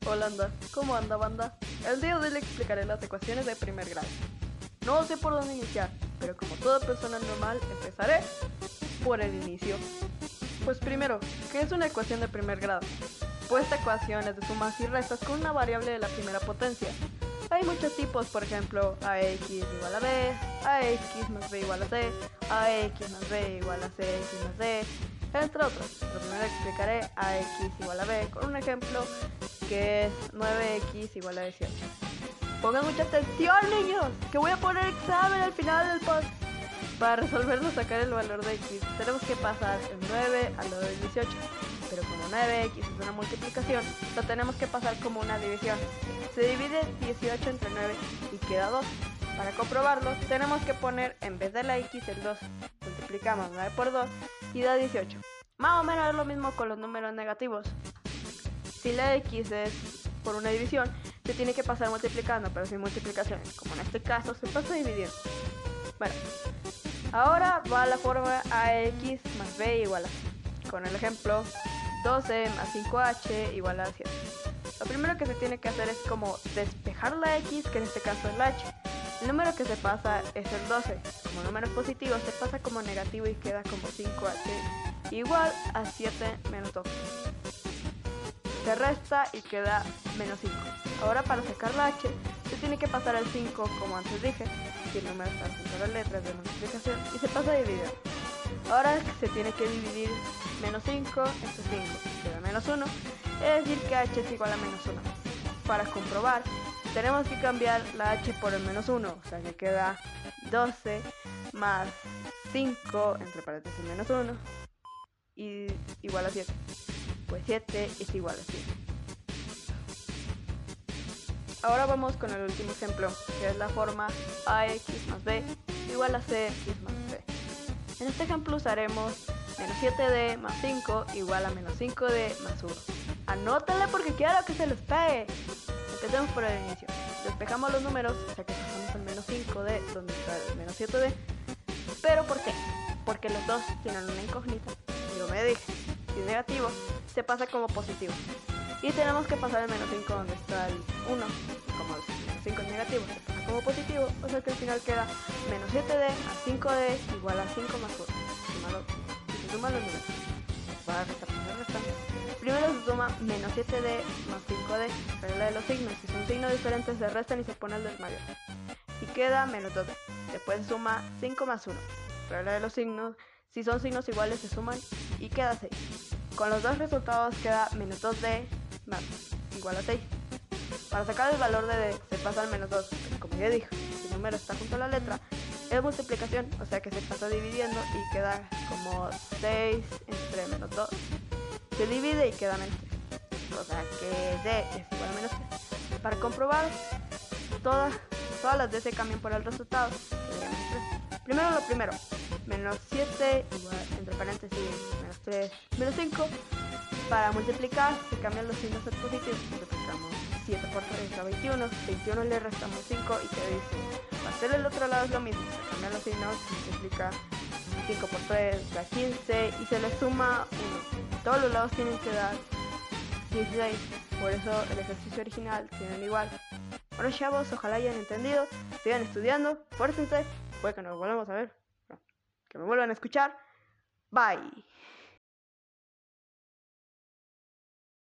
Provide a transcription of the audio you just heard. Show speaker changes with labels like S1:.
S1: Hola, ¿cómo anda, banda? El día de hoy le explicaré las ecuaciones de primer grado. No sé por dónde iniciar, pero como toda persona normal, empezaré por el inicio. Pues primero, ¿qué es una ecuación de primer grado? Pues esta ecuación es de sumas y restas con una variable de la primera potencia. Hay muchos tipos, por ejemplo, ax igual a b, ax más b igual a c, ax más b igual a cx más d, entre otros. Pero primero explicaré ax igual a b con un ejemplo que es 9x igual a 18. Pongan mucha atención, niños, que voy a poner examen al final del post. Para resolverlo, sacar el valor de x, tenemos que pasar el 9 al lado del 18. Pero como 9x es una multiplicación, lo tenemos que pasar como una división. Se divide 18 entre 9 y queda 2. Para comprobarlo, tenemos que poner en vez de la x el 2. Multiplicamos 9 por 2 y da 18. Más o menos es lo mismo con los números negativos. Si la x es por una división, se tiene que pasar multiplicando, pero sin multiplicaciones, como en este caso se pasa dividiendo. Bueno, ahora va la forma ax más b igual a c. Con el ejemplo 12 más 5h igual a 7. Lo primero que se tiene que hacer es como despejar la x, que en este caso es la h. El número que se pasa es el 12. Como número positivo se pasa como negativo y queda como 5h igual a 7 menos 2. Se resta y queda menos 5. Ahora para sacar la h se tiene que pasar el 5 como antes dije, si el número está junto a las letras de multiplicación, y se pasa a dividir. Ahora se tiene que dividir menos 5 entre 5, queda menos 1, es decir que h es igual a menos 1. Para comprobar tenemos que cambiar la h por el menos 1, o sea que queda 12 más 5 entre paréntesis menos 1 y igual a 7. Pues 7 es igual a 7. Ahora vamos con el último ejemplo, que es la forma ax más b igual a cx más b. En este ejemplo usaremos menos 7d más 5 igual a menos 5d más 1. Anótenle porque quiero que se los pegue. Empecemos por el inicio. Despejamos los números, o sea que pasamos el menos 5d donde está el menos 7d. ¿Pero por qué? Porque los dos tienen una incógnita. Yo me dije, si es negativo, se pasa como positivo. Y tenemos que pasar el menos 5 donde está el 1. Y como el menos 5 es negativo, se pasa como positivo. O sea que al final queda menos 7d más 5d igual a 5 más 1. Y se suman los números. Para restar, primero se suma menos 7d más 5d. Regla de los signos. Si son signos diferentes se restan y se pone el del mayor. Y queda menos 2d. Después se suma 5 más 1. Regla de los signos. Si son signos iguales se suman y queda 6. Con los dos resultados queda menos 2d más igual a 6. Para sacar el valor de d se pasa al menos 2, pero como ya dije, si el número está junto a la letra, es multiplicación, o sea que se pasa dividiendo y queda como 6 entre menos 2. Se divide y queda menos 3, o sea que d es igual a menos 3. Para comprobar, todas las d se cambian por el resultado, que sería menos 3. Primero lo primero, menos 7 igual, entre paréntesis, menos 3, menos 5. Para multiplicar se cambian los signos al positivo. Multiplicamos 7 por 3 da 21. 21 le restamos 5 y queda 15. Para hacer el otro lado es lo mismo. Se cambian los signos, se multiplica 5 por 3 da 15 y se le suma 1. Todos los lados tienen que dar 16. Por eso el ejercicio original tienen igual. Bueno, chavos, ojalá hayan entendido. Sigan estudiando, fuércense. Puede que nos volvamos a ver. Que me vuelvan a escuchar. Bye.